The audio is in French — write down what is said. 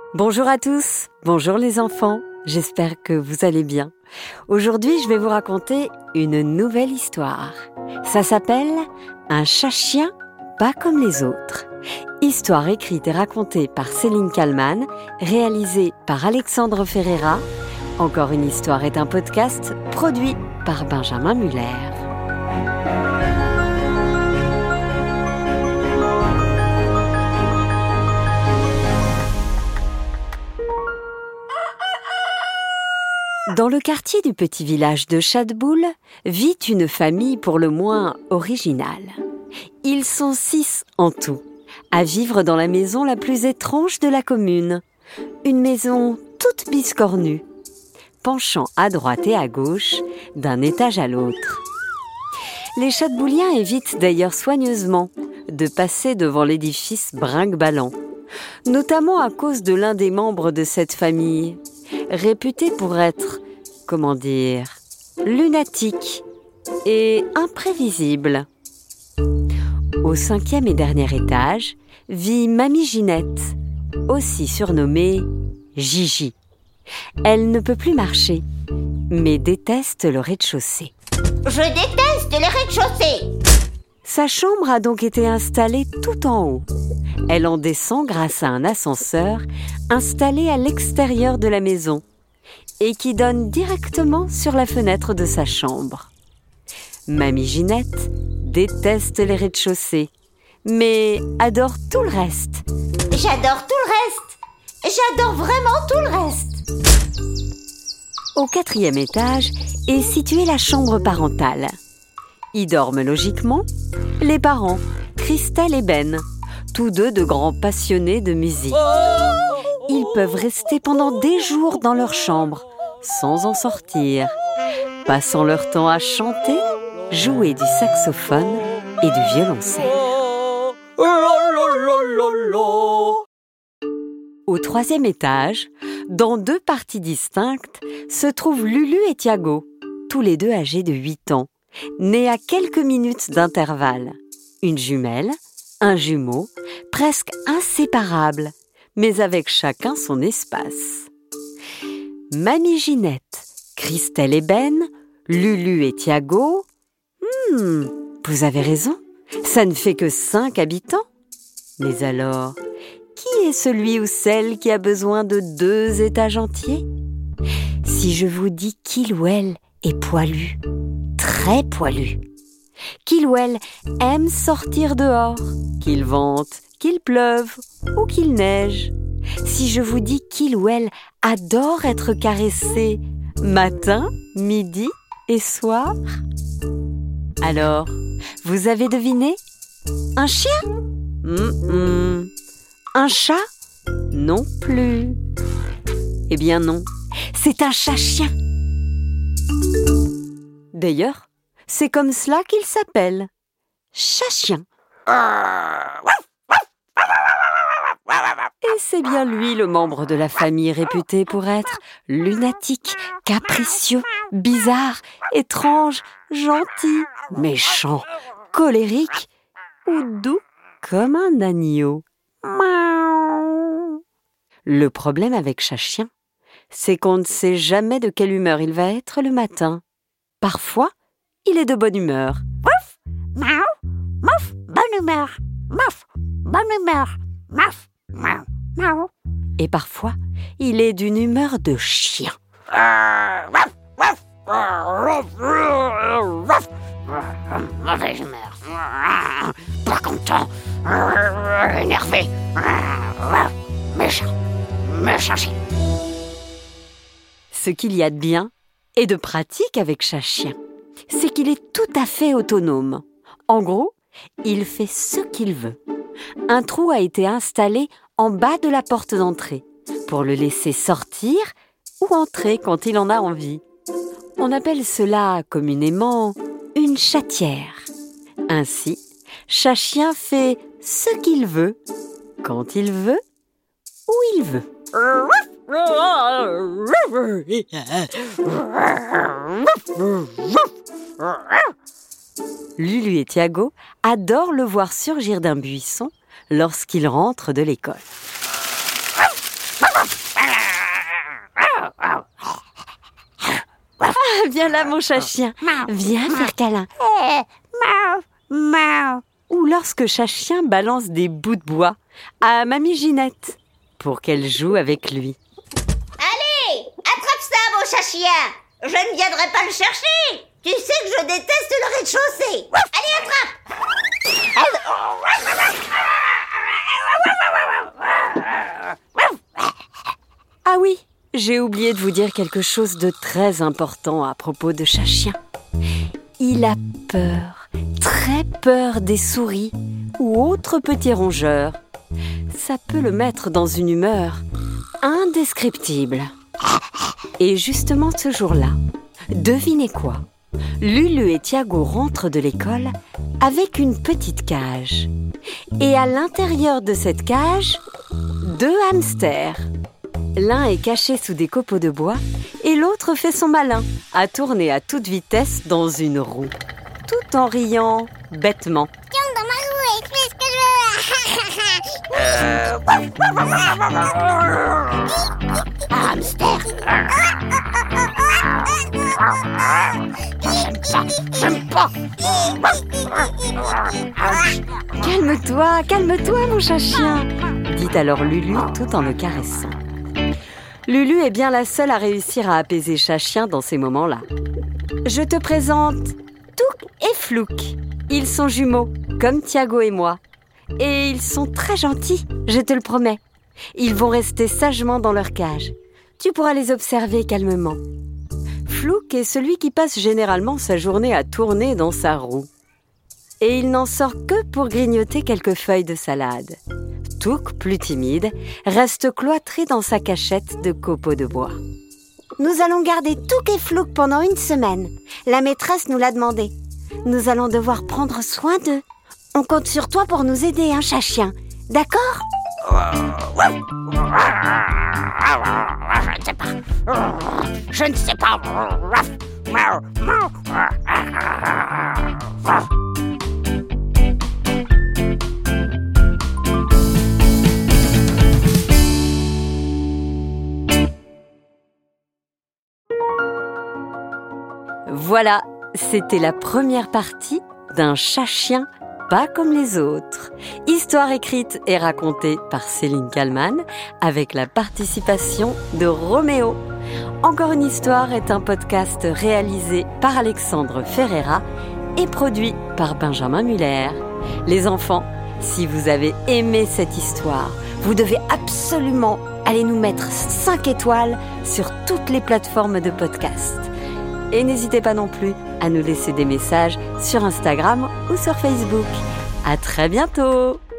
Bonjour à tous, bonjour les enfants, j'espère que vous allez bien. Aujourd'hui, je vais vous raconter une nouvelle histoire. Ça s'appelle « Un chat-chien pas comme les autres ». Histoire écrite et racontée par Céline Kallmann, réalisée par Alexandre Ferreira. Encore une histoire est un podcast produit par Benjamin Muller. Dans le quartier du petit village de Chadboul vit une famille pour le moins originale. Ils sont 6 en tout, à vivre dans la maison la plus étrange de la commune. Une maison toute biscornue, penchant à droite et à gauche, d'un étage à l'autre. Les Chadbouliens évitent d'ailleurs soigneusement de passer devant l'édifice brinque-ballant, notamment à cause de l'un des membres de cette famille, réputé pour être, lunatique et imprévisible. Au 5e et dernier étage vit Mamie Ginette, aussi surnommée Gigi. Elle ne peut plus marcher, mais déteste le rez-de-chaussée. Je déteste les rez-de-chaussée! Sa chambre a donc été installée tout en haut. Elle en descend grâce à un ascenseur installé à l'extérieur de la maison et qui donne directement sur la fenêtre de sa chambre. Mamie Ginette déteste les rez-de-chaussée, mais adore tout le reste. J'adore tout le reste! J'adore vraiment tout le reste! Au 4e étage est située la chambre parentale. Y dorment logiquement les parents, Christelle et Ben, tous deux de grands passionnés de musique. Ils peuvent rester pendant des jours dans leur chambre, sans en sortir, passant leur temps à chanter, jouer du saxophone et du violoncelle. Au 3e étage, dans 2 parties distinctes, se trouvent Lulu et Thiago, tous les deux âgés de 8 ans, nés à quelques minutes d'intervalle. Une jumelle, un jumeau, presque inséparables, mais avec chacun son espace. Mamie Ginette, Christelle et Ben, Lulu et Thiago. Vous avez raison, ça ne fait que 5 habitants. Mais alors, qui est celui ou celle qui a besoin de 2 étages entiers? Si je vous dis qu'il ou elle est poilu, très poilu, qu'il ou elle aime sortir dehors, qu'il vente, qu'il pleuve ou qu'il neige. Si je vous dis qu'il ou elle adore être caressé matin, midi et soir. Alors, vous avez deviné? Un chien? Un chat? Non plus. Eh bien non, c'est un chat-chien. D'ailleurs, c'est comme cela qu'il s'appelle. Chat-chien. Et c'est bien lui le membre de la famille réputé pour être lunatique, capricieux, bizarre, étrange, gentil, méchant, colérique ou doux comme un agneau. Miaou. Le problème avec chat-chien, c'est qu'on ne sait jamais de quelle humeur il va être le matin. Parfois, il est de bonne humeur. Mouf! Miaou! Mouf! Bonne humeur! Mouf! Bonne humeur! Mouf! Miaou! Miaou! Et parfois, il est d'une humeur de chien. Mauvaise humeur. Pas content. Énervé. Méchant. Méchant chien. Ce qu'il y a de bien et de pratique avec chat-chien, c'est qu'il est tout à fait autonome. En gros, il fait ce qu'il veut. Un trou a été installé en bas de la porte d'entrée pour le laisser sortir ou entrer quand il en a envie. On appelle cela communément une chatière. Ainsi, chat-chien fait ce qu'il veut, quand il veut, où il veut. Lulu et Thiago adorent le voir surgir d'un buisson lorsqu'il rentre de l'école. Viens là, mon chat-chien. Viens faire câlin. Miaou, miaou. Ou lorsque chat-chien balance des bouts de bois à mamie Ginette pour qu'elle joue avec lui. Allez, attrape ça, mon chat-chien. Je ne viendrai pas le chercher. Tu sais que je déteste le rez-de-chaussée. Allez, attrape. Ah oui, j'ai oublié de vous dire quelque chose de très important à propos de chat-chien. Il a peur, très peur des souris ou autres petits rongeurs. Ça peut le mettre dans une humeur indescriptible. Et justement ce jour-là, devinez quoi ? Lulu et Thiago rentrent de l'école avec une petite cage. Et à l'intérieur de cette cage, 2 hamsters. L'un est caché sous des copeaux de bois et l'autre fait son malin à tourner à toute vitesse dans une roue, tout en riant bêtement. Tiens, dans ma roue et fais ce que je veux. Hamster. J'aime pas. Calme-toi, mon chat-chien, dit alors Lulu tout en le caressant. Lulu est bien la seule à réussir à apaiser chat-chien dans ces moments-là. Je te présente Touk et Flouk. Ils sont jumeaux, comme Thiago et moi. Et ils sont très gentils, je te le promets. Ils vont rester sagement dans leur cage. Tu pourras les observer calmement. Flouk est celui qui passe généralement sa journée à tourner dans sa roue. Et il n'en sort que pour grignoter quelques feuilles de salade. Touk, plus timide, reste cloîtré dans sa cachette de copeaux de bois. Nous allons garder Touk et Flouk pendant 1 semaine. La maîtresse nous l'a demandé. Nous allons devoir prendre soin d'eux. On compte sur toi pour nous aider, hein, chat-chien. D'accord ? Je ne sais pas. Voilà, c'était la première partie d'un chat-chien pas comme les autres. Histoire écrite et racontée par Céline Kallmann avec la participation de Roméo. Encore une histoire est un podcast réalisé par Alexandre Ferreira et produit par Benjamin Muller. Les enfants, si vous avez aimé cette histoire, vous devez absolument aller nous mettre 5 étoiles sur toutes les plateformes de podcast. Et n'hésitez pas non plus à nous laisser des messages sur Instagram ou sur Facebook. À très bientôt!